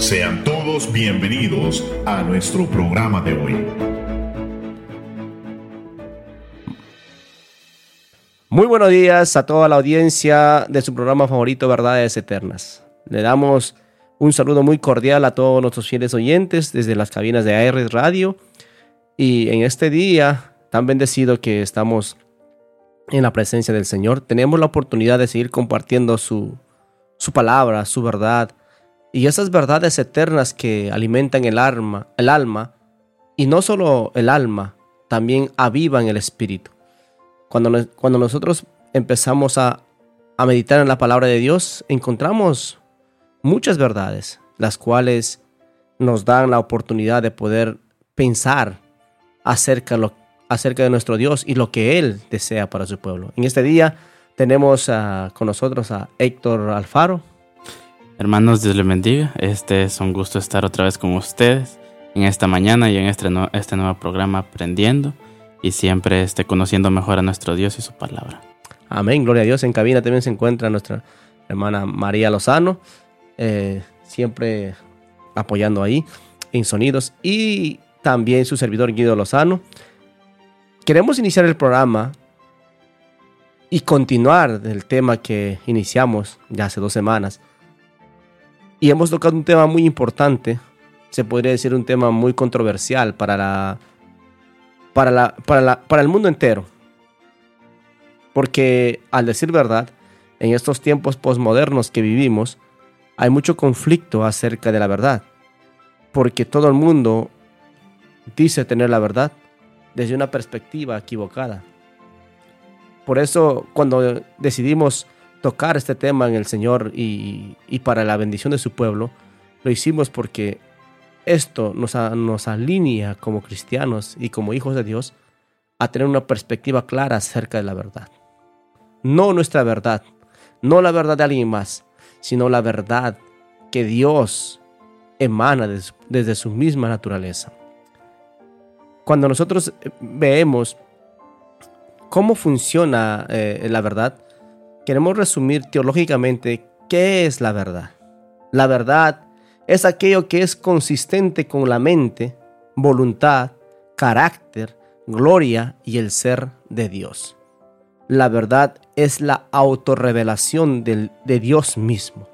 Sean todos bienvenidos a nuestro programa de hoy. Muy buenos días a toda la audiencia de su programa favorito, Verdades Eternas. Le damos un saludo muy cordial a todos nuestros fieles oyentes desde las cabinas de AR Radio. Y en este día tan bendecido que estamos en la presencia del Señor, tenemos la oportunidad de seguir compartiendo su palabra, su verdad, y esas verdades eternas que alimentan el alma, y no solo el alma, también avivan el espíritu. Cuando nosotros empezamos a meditar en la palabra de Dios, encontramos muchas verdades, las cuales nos dan la oportunidad de poder pensar acerca de nuestro Dios y lo que Él desea para su pueblo. En este día tenemos con nosotros a Héctor Alfaro. Hermanos, Dios les bendiga. Es un gusto estar otra vez con ustedes en esta mañana y en este nuevo programa Aprendiendo y siempre conociendo mejor a nuestro Dios y su palabra. Amén, gloria a Dios. En cabina también se encuentra nuestra hermana María Lozano, siempre apoyando ahí en sonidos, y también su servidor Guido Lozano. Queremos iniciar el programa y continuar el tema que iniciamos ya hace 2 semanas. Y hemos tocado un tema muy importante, se podría decir un tema muy controversial para el mundo entero. Porque, al decir verdad, en estos tiempos posmodernos que vivimos, hay mucho conflicto acerca de la verdad. Porque todo el mundo dice tener la verdad desde una perspectiva equivocada. Por eso, cuando decidimos tocar este tema en el Señor y para la bendición de su pueblo, lo hicimos porque esto nos alinea como cristianos y como hijos de Dios a tener una perspectiva clara acerca de la verdad. No nuestra verdad, no la verdad de alguien más, sino la verdad que Dios emana desde su misma naturaleza. Cuando nosotros vemos cómo funciona la verdad, queremos resumir teológicamente qué es la verdad. La verdad es aquello que es consistente con la mente, voluntad, carácter, gloria y el ser de Dios. La verdad es la autorrevelación de Dios mismo.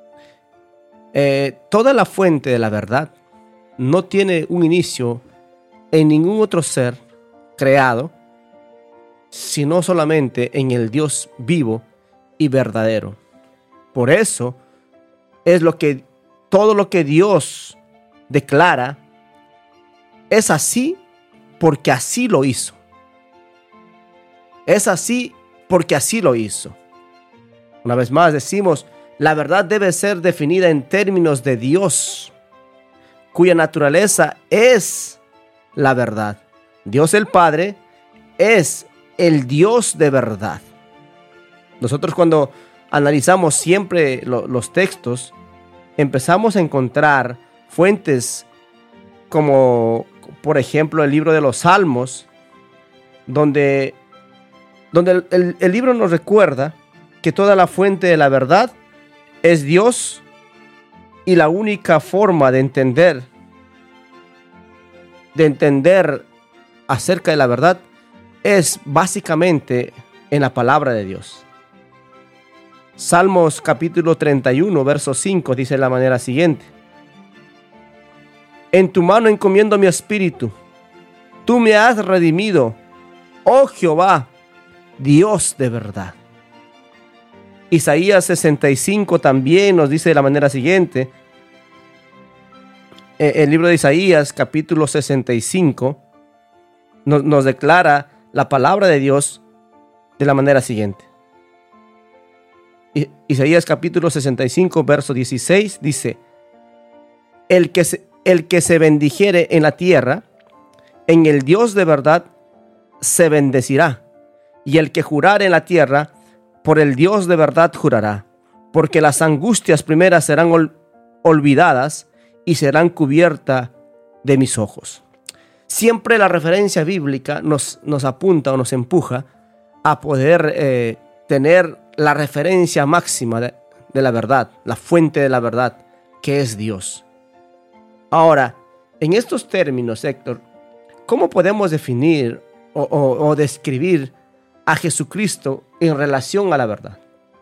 Toda la fuente de la verdad no tiene un inicio en ningún otro ser creado, sino solamente en el Dios vivo y verdadero. Por eso es todo lo que Dios declara es así porque así lo hizo. Es así porque así lo hizo. Una vez más decimos, la verdad debe ser definida en términos de Dios, cuya naturaleza es la verdad. Dios el Padre es el Dios de verdad. Nosotros, cuando analizamos siempre los textos, empezamos a encontrar fuentes como, por ejemplo, el libro de los Salmos, donde el libro nos recuerda que toda la fuente de la verdad es Dios, y la única forma de entender acerca de la verdad es básicamente en la palabra de Dios. Salmos capítulo 31, verso 5 dice de la manera siguiente: En tu mano encomiendo mi espíritu, tú me has redimido, oh Jehová, Dios de verdad. Isaías 65 también nos dice de la manera siguiente, el libro de Isaías capítulo 65 nos declara la palabra de Dios de la manera siguiente. Isaías capítulo 65 verso 16 dice: el que se bendijere en la tierra, en el Dios de verdad se bendecirá, y el que jurare en la tierra, por el Dios de verdad jurará, porque las angustias primeras serán olvidadas y serán cubiertas de mis ojos. Siempre la referencia bíblica nos apunta o nos empuja a poder tener la referencia máxima de la verdad, la fuente de la verdad, que es Dios. Ahora, en estos términos, Héctor, ¿cómo podemos definir o describir a Jesucristo en relación a la verdad?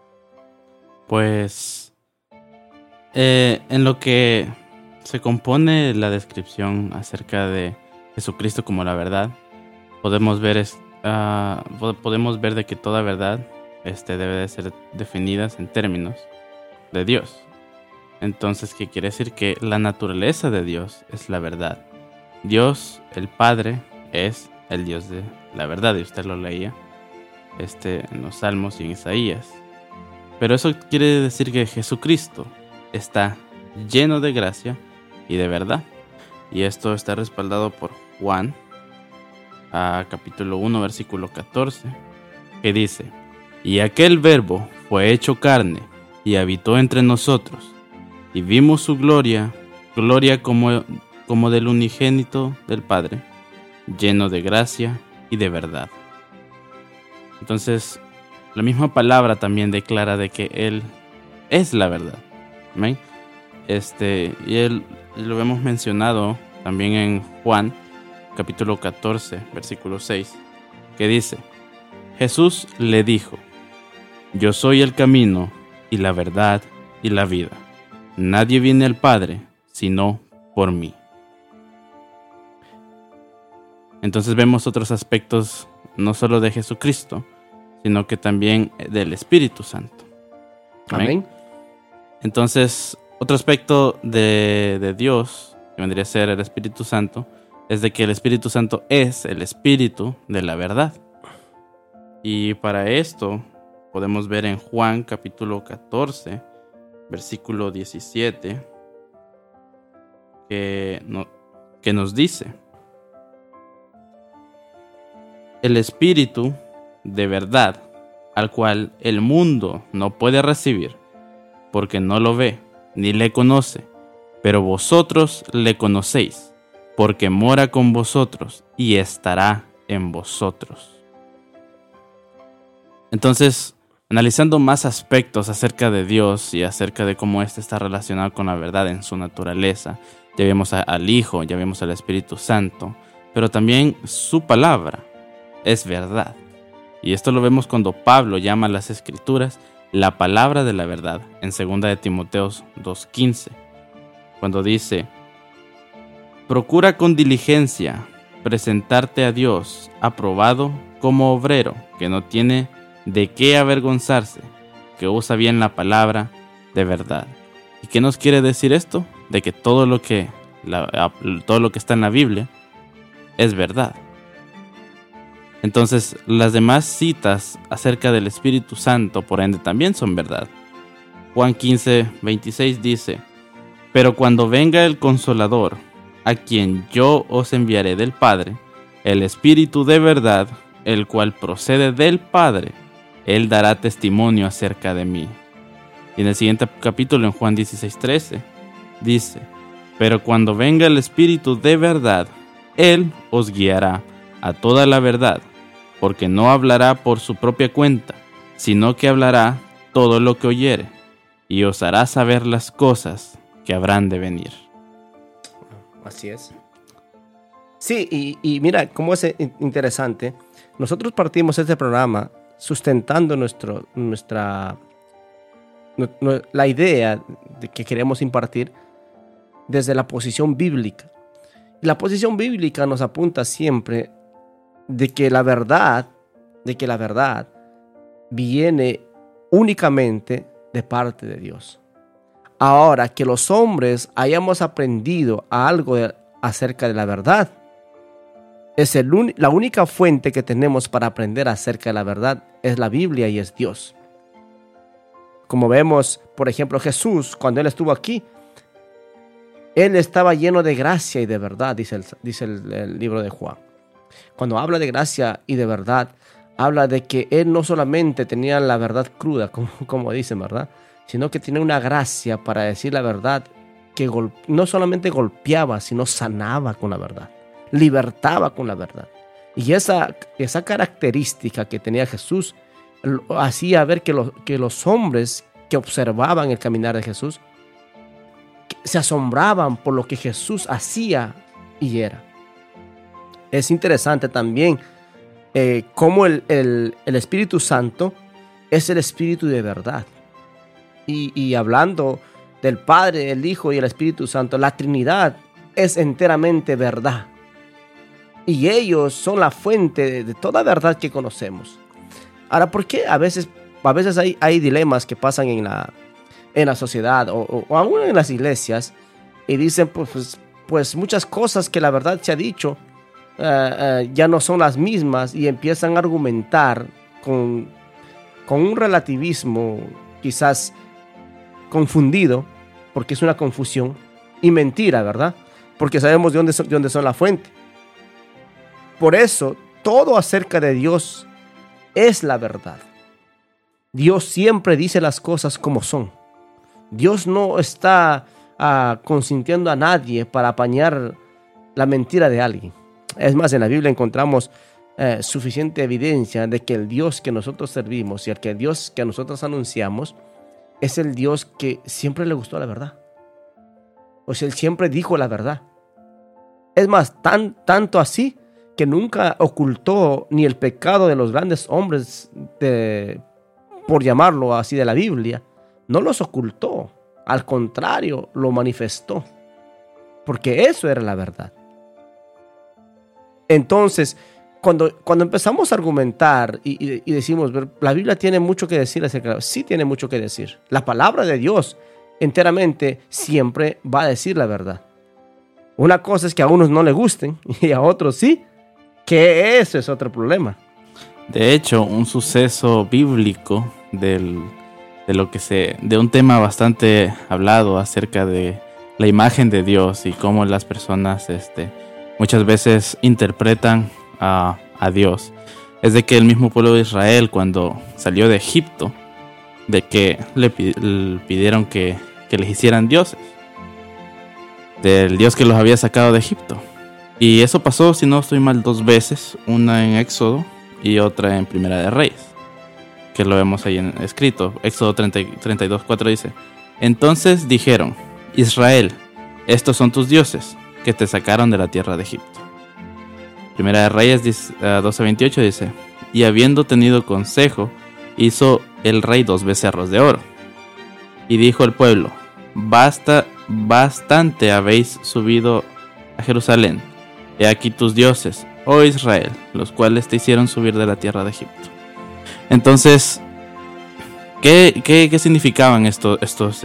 Pues en lo que se compone la descripción acerca de Jesucristo como la verdad, podemos ver de que toda verdad debe de ser definida en términos de Dios. Entonces, ¿qué quiere decir? Que la naturaleza de Dios es la verdad. Dios, el Padre, es el Dios de la verdad, y usted lo leía en los Salmos y en Isaías. Pero eso quiere decir que Jesucristo está lleno de gracia y de verdad. Y esto está respaldado por Juan, capítulo 1, versículo 14, que dice: y aquel verbo fue hecho carne y habitó entre nosotros, y vimos su gloria, gloria como del unigénito del Padre, lleno de gracia y de verdad. Entonces, la misma palabra también declara de que Él es la verdad. ¿Amén? Y Él lo hemos mencionado también en Juan, capítulo 14, versículo 6, que dice: Jesús le dijo: yo soy el camino y la verdad y la vida. Nadie viene al Padre sino por mí. Entonces vemos otros aspectos no solo de Jesucristo, sino que también del Espíritu Santo. Amén. Entonces, otro aspecto de Dios, que vendría a ser el Espíritu Santo, es de que el Espíritu Santo es el Espíritu de la verdad. Y para esto podemos ver en Juan capítulo 14, versículo 17, que nos dice: el Espíritu de verdad, al cual el mundo no puede recibir, porque no lo ve ni le conoce, pero vosotros le conocéis, porque mora con vosotros y estará en vosotros. Entonces, analizando más aspectos acerca de Dios y acerca de cómo éste está relacionado con la verdad en su naturaleza, ya vimos al Hijo, ya vimos al Espíritu Santo, pero también su palabra es verdad. Y esto lo vemos cuando Pablo llama a las Escrituras la palabra de la verdad, en 2 de Timoteo 2:15, cuando dice: procura con diligencia presentarte a Dios aprobado como obrero que no tiene de qué avergonzarse, que usa bien la palabra de verdad. ¿Y qué nos quiere decir esto? De que todo lo que está en la Biblia es verdad. Entonces, las demás citas acerca del Espíritu Santo, por ende, también son verdad. Juan 15:26 dice: pero cuando venga el Consolador, a quien yo os enviaré del Padre, el Espíritu de verdad, el cual procede del Padre, Él dará testimonio acerca de mí. Y en el siguiente capítulo, en Juan 16:13, dice: pero cuando venga el Espíritu de verdad, Él os guiará a toda la verdad, porque no hablará por su propia cuenta, sino que hablará todo lo que oyere, y os hará saber las cosas que habrán de venir. Así es. Sí, y mira cómo es interesante. Nosotros partimos este programa sustentando la idea de que queremos impartir desde la posición bíblica. Y la posición bíblica nos apunta siempre de que la verdad viene únicamente de parte de Dios. Ahora, que los hombres hayamos aprendido algo acerca de la verdad, es la única fuente que tenemos para aprender acerca de la verdad es la Biblia y es Dios. Como vemos, por ejemplo, Jesús, cuando Él estuvo aquí, Él estaba lleno de gracia y de verdad, dice el libro de Juan. Cuando habla de gracia y de verdad, habla de que Él no solamente tenía la verdad cruda, como dicen, ¿verdad?, sino que tenía una gracia para decir la verdad que no solamente golpeaba, sino sanaba con la verdad, libertaba con la verdad. Y esa característica que tenía Jesús hacía ver que los hombres que observaban el caminar de Jesús se asombraban por lo que Jesús hacía y era. Es interesante también cómo el Espíritu Santo es el Espíritu de verdad. Y hablando del Padre, el Hijo y el Espíritu Santo, la Trinidad es enteramente verdad. Y ellos son la fuente de toda verdad que conocemos. Ahora, ¿por qué a veces hay dilemas que pasan en la sociedad o aún en las iglesias? Y dicen, pues muchas cosas que la verdad se ha dicho ya no son las mismas, y empiezan a argumentar con un relativismo quizás confundido, porque es una confusión y mentira, ¿verdad? Porque sabemos de dónde son la fuente. Por eso, todo acerca de Dios es la verdad. Dios siempre dice las cosas como son. Dios no está consintiendo a nadie para apañar la mentira de alguien. Es más, en la Biblia encontramos suficiente evidencia de que el Dios que nosotros servimos y el Dios que nosotros anunciamos es el Dios que siempre le gustó la verdad. O sea, Él siempre dijo la verdad. Es más, tanto así que nunca ocultó ni el pecado de los grandes hombres, por llamarlo así, de la Biblia. No los ocultó. Al contrario, lo manifestó. Porque eso era la verdad. Entonces, cuando empezamos a argumentar y decimos, la Biblia tiene mucho que decir acerca, sí tiene mucho que decir. La palabra de Dios enteramente siempre va a decir la verdad. Una cosa es que a unos no les gusten y a otros sí, que eso es otro problema. De hecho, un suceso bíblico de un tema bastante hablado acerca de la imagen de Dios y cómo las personas muchas veces interpretan a Dios, es de que el mismo pueblo de Israel, cuando salió de Egipto, de que le pidieron que les hicieran dioses del Dios que los había sacado de Egipto. Y eso pasó, si no estoy mal, 2 veces, una en Éxodo y otra en Primera de Reyes, que lo vemos ahí escrito. Éxodo 32:4 dice: entonces dijeron, Israel, estos son tus dioses que te sacaron de la tierra de Egipto. Primera de Reyes 12:28 dice: y habiendo tenido consejo, hizo el rey 2 becerros de oro. Y dijo el pueblo: bastante habéis subido a Jerusalén. He aquí tus dioses, oh Israel, los cuales te hicieron subir de la tierra de Egipto. Entonces, ¿qué significaban estos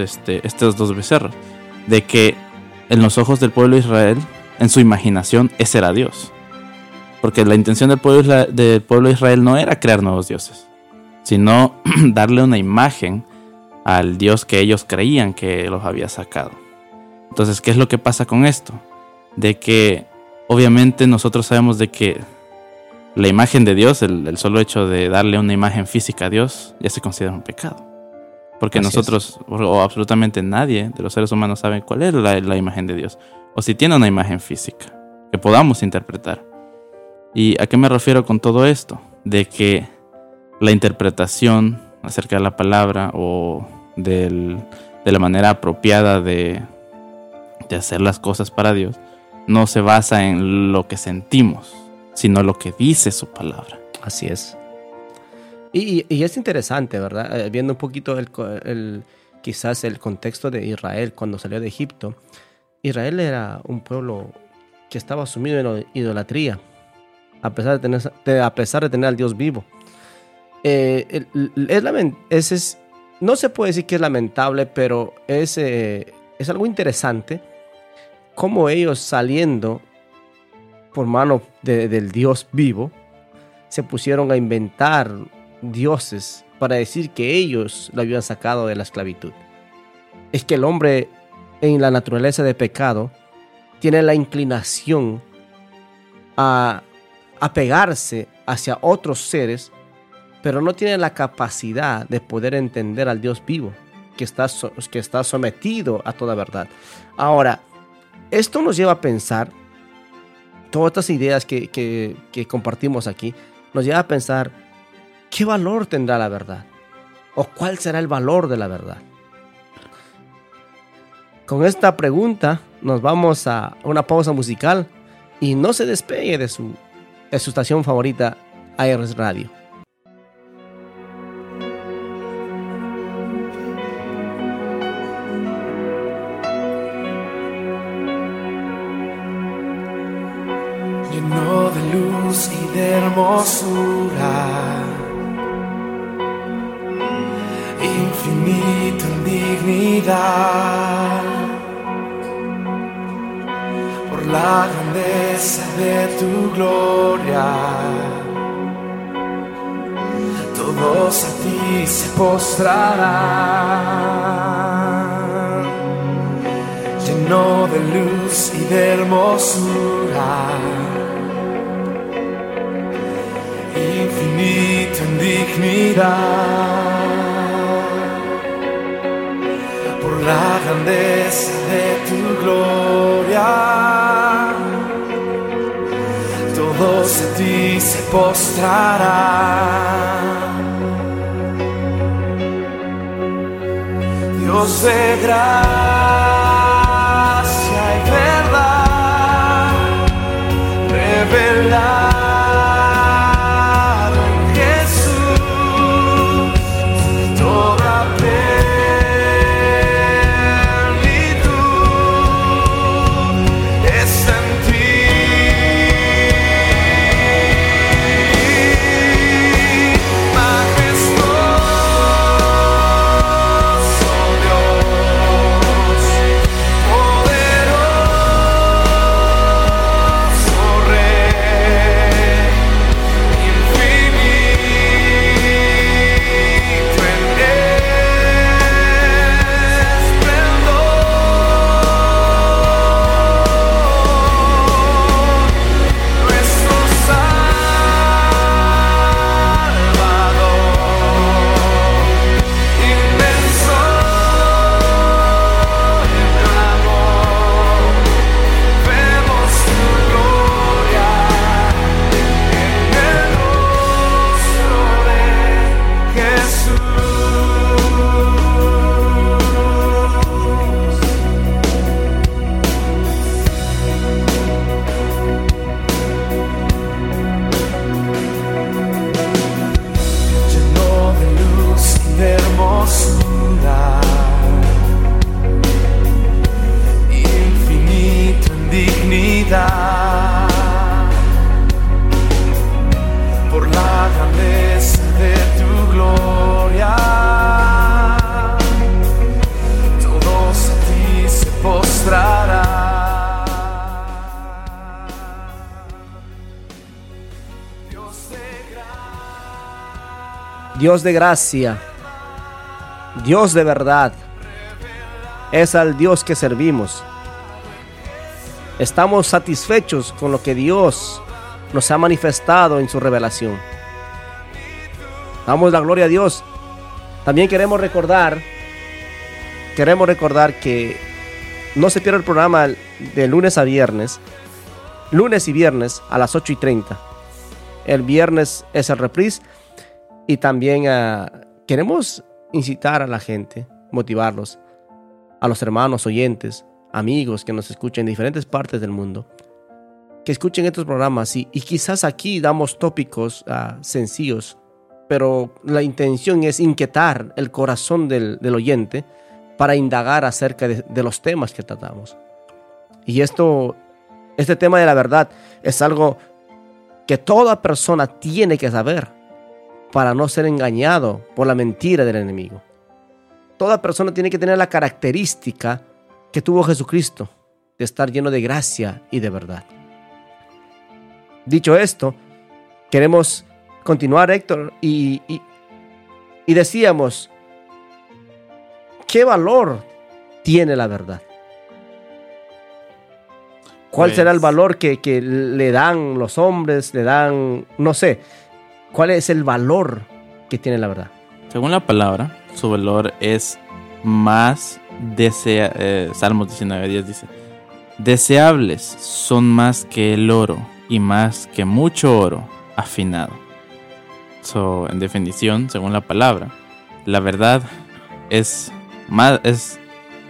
2 becerros? De que en los ojos del pueblo de Israel, en su imaginación, ese era Dios. Porque la intención del pueblo de Israel no era crear nuevos dioses, sino darle una imagen al Dios que ellos creían que los había sacado. Entonces, ¿qué es lo que pasa con esto? De que obviamente nosotros sabemos de que la imagen de Dios, el solo hecho de darle una imagen física a Dios, ya se considera un pecado. Porque nosotros, o absolutamente nadie de los seres humanos, sabe cuál es la imagen de Dios, o si tiene una imagen física que podamos interpretar. ¿Y a qué me refiero con todo esto? De que la interpretación acerca de la palabra o de la manera apropiada de hacer las cosas para Dios no se basa en lo que sentimos, sino lo que dice su palabra. Así es. Y es interesante, ¿verdad? Viendo un poquito quizás el contexto de Israel cuando salió de Egipto. Israel era un pueblo que estaba sumido en idolatría, a pesar de tener al Dios vivo. No se puede decir que es lamentable, pero es algo interesante cómo ellos, saliendo por mano del Dios vivo, se pusieron a inventar dioses para decir que ellos lo habían sacado de la esclavitud. Es que el hombre, en la naturaleza de pecado, tiene la inclinación a apegarse hacia otros seres, pero no tiene la capacidad de poder entender al Dios vivo, que está sometido a toda verdad. Ahora, esto nos lleva a pensar, todas estas ideas que compartimos aquí, nos lleva a pensar, ¿qué valor tendrá la verdad? ¿O cuál será el valor de la verdad? Con esta pregunta nos vamos a una pausa musical y no se despegue de su estación favorita, ARS Radio. Lleno de luz y de hermosura, infinito en dignidad, por la grandeza de tu gloria, todos a ti se postrarán. Lleno de luz y de hermosura, infinito en dignidad, por la grandeza de tu gloria, todos a ti se postrarán. Dios de gracia y verdad, revelado en Jesús, toda plenitud está en ti. Majestuoso Dios, poderoso Rey, infinito en esplendor, nuestro Salvador, inmenso en amor, vemos tu gloria en el rostro de Jesús. Lleno de luz y de hermosura, infinito en dignidad, por la grandeza de tu gloria, todos a ti se postrarán. Dios de gracia, Dios de verdad, es al Dios que servimos. Estamos satisfechos con lo que Dios nos ha manifestado en su revelación. Damos la gloria a Dios. También queremos recordar que no se pierda el programa de lunes a viernes, lunes y viernes a las 8:30. El viernes es el reprise. Y también queremos incitar a la gente, motivarlos, a los hermanos oyentes, amigos que nos escuchan en diferentes partes del mundo, que escuchen estos programas y quizás aquí damos tópicos sencillos, pero la intención es inquietar el corazón del oyente para indagar acerca de los temas que tratamos. Y este tema de la verdad es algo que toda persona tiene que saber para no ser engañado por la mentira del enemigo. Toda persona tiene que tener la característica que tuvo Jesucristo, de estar lleno de gracia y de verdad. Dicho esto, queremos continuar, Héctor, y decíamos, ¿qué valor tiene la verdad? ¿Cuál será el valor que le dan los hombres, no sé? ¿Cuál es el valor que tiene la verdad? Según la palabra, su valor es más Salmos 19:10 dice: deseables son más que el oro y más que mucho oro afinado. En definición, según la palabra, la verdad es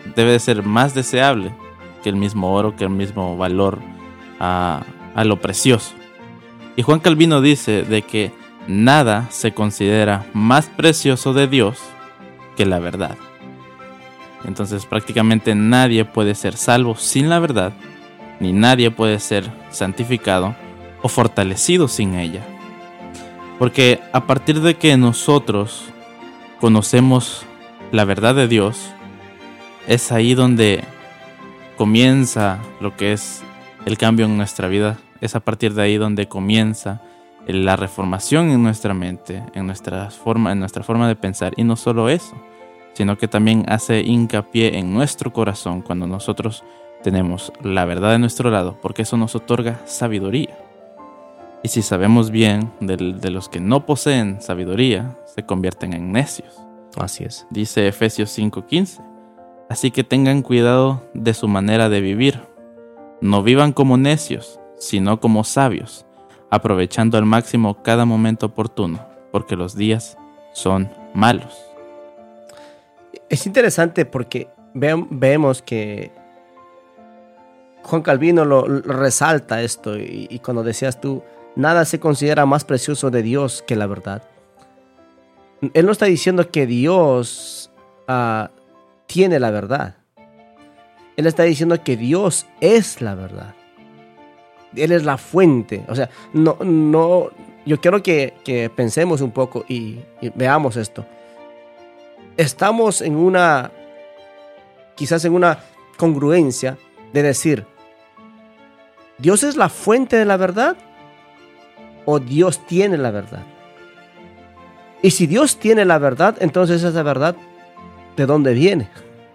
debe de ser más deseable que el mismo oro, que el mismo valor a lo precioso. Y Juan Calvino dice de que nada se considera más precioso de Dios que la verdad. Entonces prácticamente nadie puede ser salvo sin la verdad, ni nadie puede ser santificado o fortalecido sin ella. Porque a partir de que nosotros conocemos la verdad de Dios, es ahí donde comienza lo que es el cambio en nuestra vida. Es a partir de ahí donde comienza la reformación en nuestra mente, en nuestra forma de pensar. Y no solo eso, sino que también hace hincapié en nuestro corazón cuando nosotros tenemos la verdad de nuestro lado, porque eso nos otorga sabiduría. Y si sabemos bien de los que no poseen sabiduría, se convierten en necios. Así es. Dice Efesios 5:15. Así que tengan cuidado de su manera de vivir. No vivan como necios, sino como sabios, aprovechando al máximo cada momento oportuno, porque los días son malos. Es interesante porque vemos que Juan Calvino lo resalta esto, y cuando decías tú, nada se considera más precioso de Dios que la verdad. Él no está diciendo que Dios tiene la verdad. Él está diciendo que Dios es la verdad. Él es la fuente. O sea, no. Yo quiero que pensemos un poco y veamos esto. Estamos quizás en una congruencia de decir, ¿Dios es la fuente de la verdad o Dios tiene la verdad? Y si Dios tiene la verdad, entonces esa verdad, ¿de dónde viene?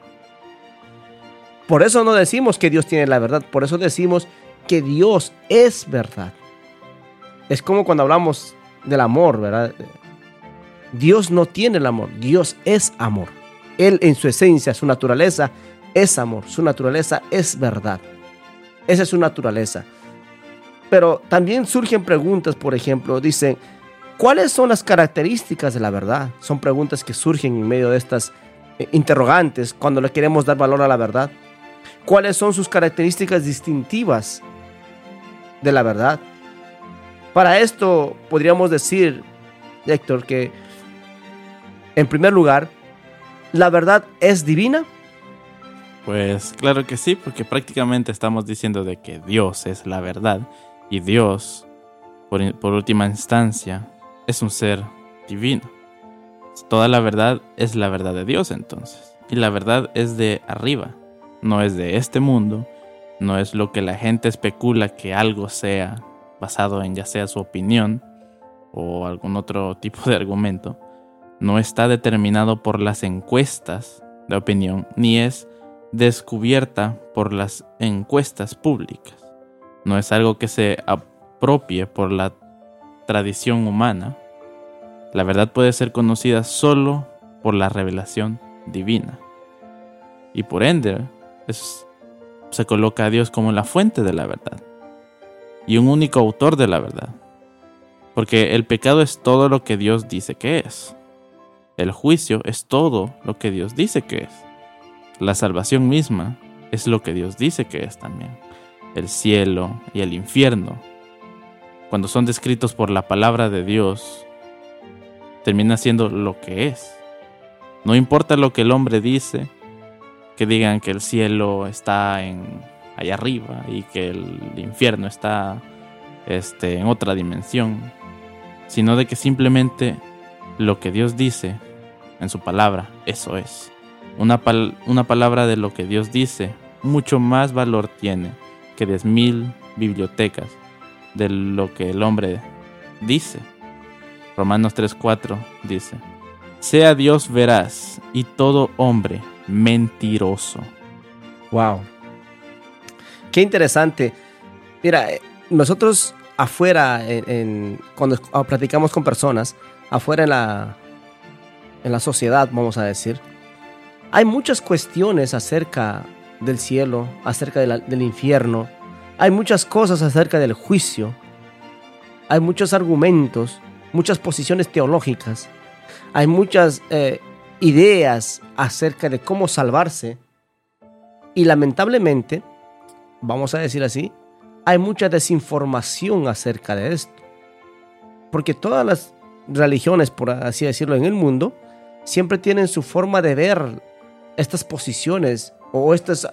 Por eso no decimos que Dios tiene la verdad, por eso decimos que Dios es verdad. Es como cuando hablamos del amor, ¿verdad? Dios no tiene el amor, Dios es amor. Él en su esencia, su naturaleza es amor, su naturaleza es verdad. Esa es su naturaleza. Pero también surgen preguntas, por ejemplo, dicen, ¿cuáles son las características de la verdad? Son preguntas que surgen en medio de estas interrogantes cuando le queremos dar valor a la verdad. ¿Cuáles son sus características distintivas de la verdad? Para esto podríamos decir, Héctor, que en primer lugar, ¿la verdad es divina? Pues claro que sí, porque prácticamente estamos diciendo de que Dios es la verdad y Dios, por última instancia, es un ser divino. Toda la verdad es la verdad de Dios entonces, y la verdad es de arriba, no es de este mundo, no es lo que la gente especula que algo sea basado en ya sea su opinión o algún otro tipo de argumento. No está determinado por las encuestas de opinión, ni es descubierta por las encuestas públicas. No es algo que se apropie por la tradición humana. La verdad puede ser conocida solo por la revelación divina. Y por ende, se coloca a Dios como la fuente de la verdad y un único autor de la verdad. Porque el pecado es todo lo que Dios dice que es. El juicio es todo lo que Dios dice que es. La salvación misma es lo que Dios dice que es también. El cielo y el infierno, cuando son descritos por la palabra de Dios, termina siendo lo que es. No importa lo que el hombre dice, que digan que el cielo está allá arriba y que el infierno está en otra dimensión, sino de que simplemente lo que Dios dice en su palabra, eso es. Una palabra de lo que Dios dice mucho más valor tiene que 10,000 bibliotecas de lo que el hombre dice. Romanos 3:4 dice: sea Dios veraz y todo hombre mentiroso. Wow. Qué interesante. Mira, nosotros afuera, cuando platicamos con personas, afuera en la sociedad, vamos a decir, hay muchas cuestiones acerca del cielo, acerca del infierno. Hay muchas cosas acerca del juicio. Hay muchos argumentos, muchas posiciones teológicas. Hay muchas ideas acerca de cómo salvarse Y lamentablemente, vamos a decir así, hay mucha desinformación acerca de esto. Porque todas las religiones, por así decirlo, en el mundo, siempre tienen su forma de ver estas posiciones o estas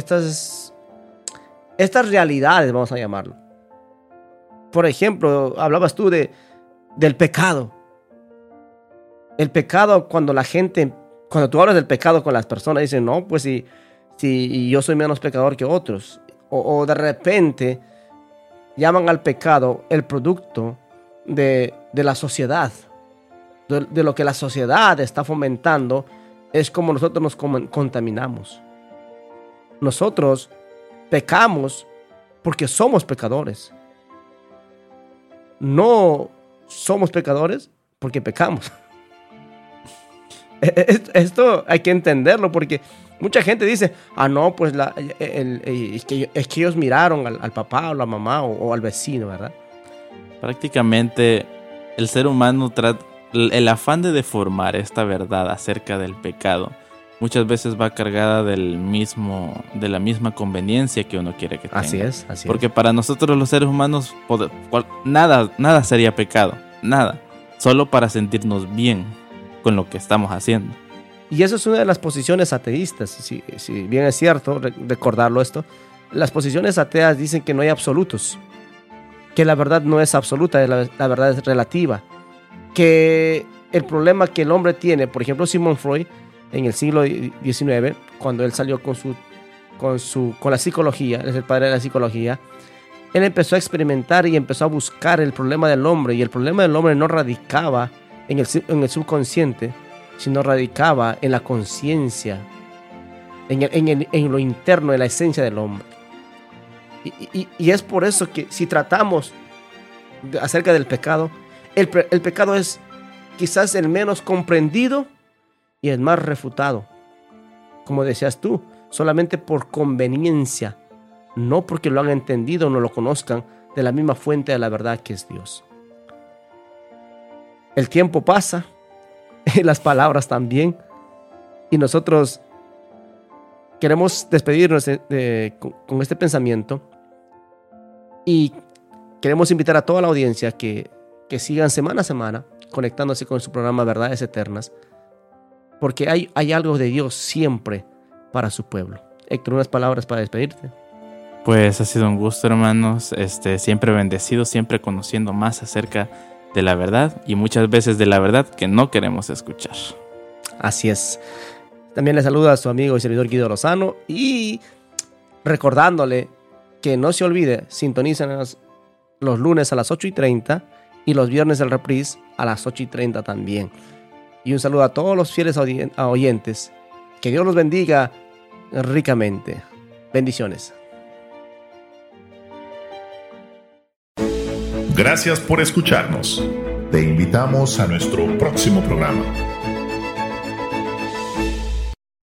realidades, vamos a llamarlo. Por ejemplo, hablabas tú del pecado. El pecado, cuando tú hablas del pecado con las personas, dicen, no, pues si yo soy menos pecador que otros. O de repente llaman al pecado el producto de la sociedad, de lo que la sociedad está fomentando, es como nosotros nos contaminamos. Nosotros pecamos porque somos pecadores. No somos pecadores porque pecamos. Esto hay que entenderlo, porque mucha gente dice, no, pues es que ellos miraron al papá o la mamá o al vecino, ¿verdad? Prácticamente el ser humano el afán de deformar esta verdad acerca del pecado muchas veces va cargada de la misma conveniencia que uno quiere que tenga. Así es. Porque para nosotros los seres humanos nada sería pecado, nada, solo para sentirnos bien con lo que estamos haciendo. Y eso es una de las posiciones ateístas, si bien es cierto recordarlo esto. Las posiciones ateas dicen que no hay absolutos, que la verdad no es absoluta, la verdad es relativa, que el problema que el hombre tiene, por ejemplo, Sigmund Freud en el siglo XIX, cuando él salió con la psicología, es el padre de la psicología, él empezó a experimentar y empezó a buscar el problema del hombre, y el problema del hombre no radicaba en el subconsciente, sino radicaba en la conciencia, en lo interno, en la esencia del hombre. Y es por eso que si tratamos acerca del pecado, el pecado es quizás el menos comprendido y el más refutado. Como decías tú, solamente por conveniencia, no porque lo han entendido o no lo conozcan de la misma fuente de la verdad que es Dios. El tiempo pasa, y las palabras también, y nosotros queremos despedirnos con este pensamiento, y queremos invitar a toda la audiencia que sigan semana a semana conectándose con su programa Verdades Eternas, porque hay algo de Dios siempre para su pueblo. Héctor, unas palabras para despedirte. Pues ha sido un gusto, hermanos, siempre bendecido, siempre conociendo más acerca de la verdad, y muchas veces de la verdad que no queremos escuchar. Así es. También le saluda a su amigo y servidor Guido Lozano, y recordándole que no se olvide, sintonicen los lunes a las 8:30 y los viernes el reprise a las 8:30 también. Y un saludo a todos los fieles oyentes. Que Dios los bendiga ricamente. Bendiciones. Gracias por escucharnos. Te invitamos a nuestro próximo programa.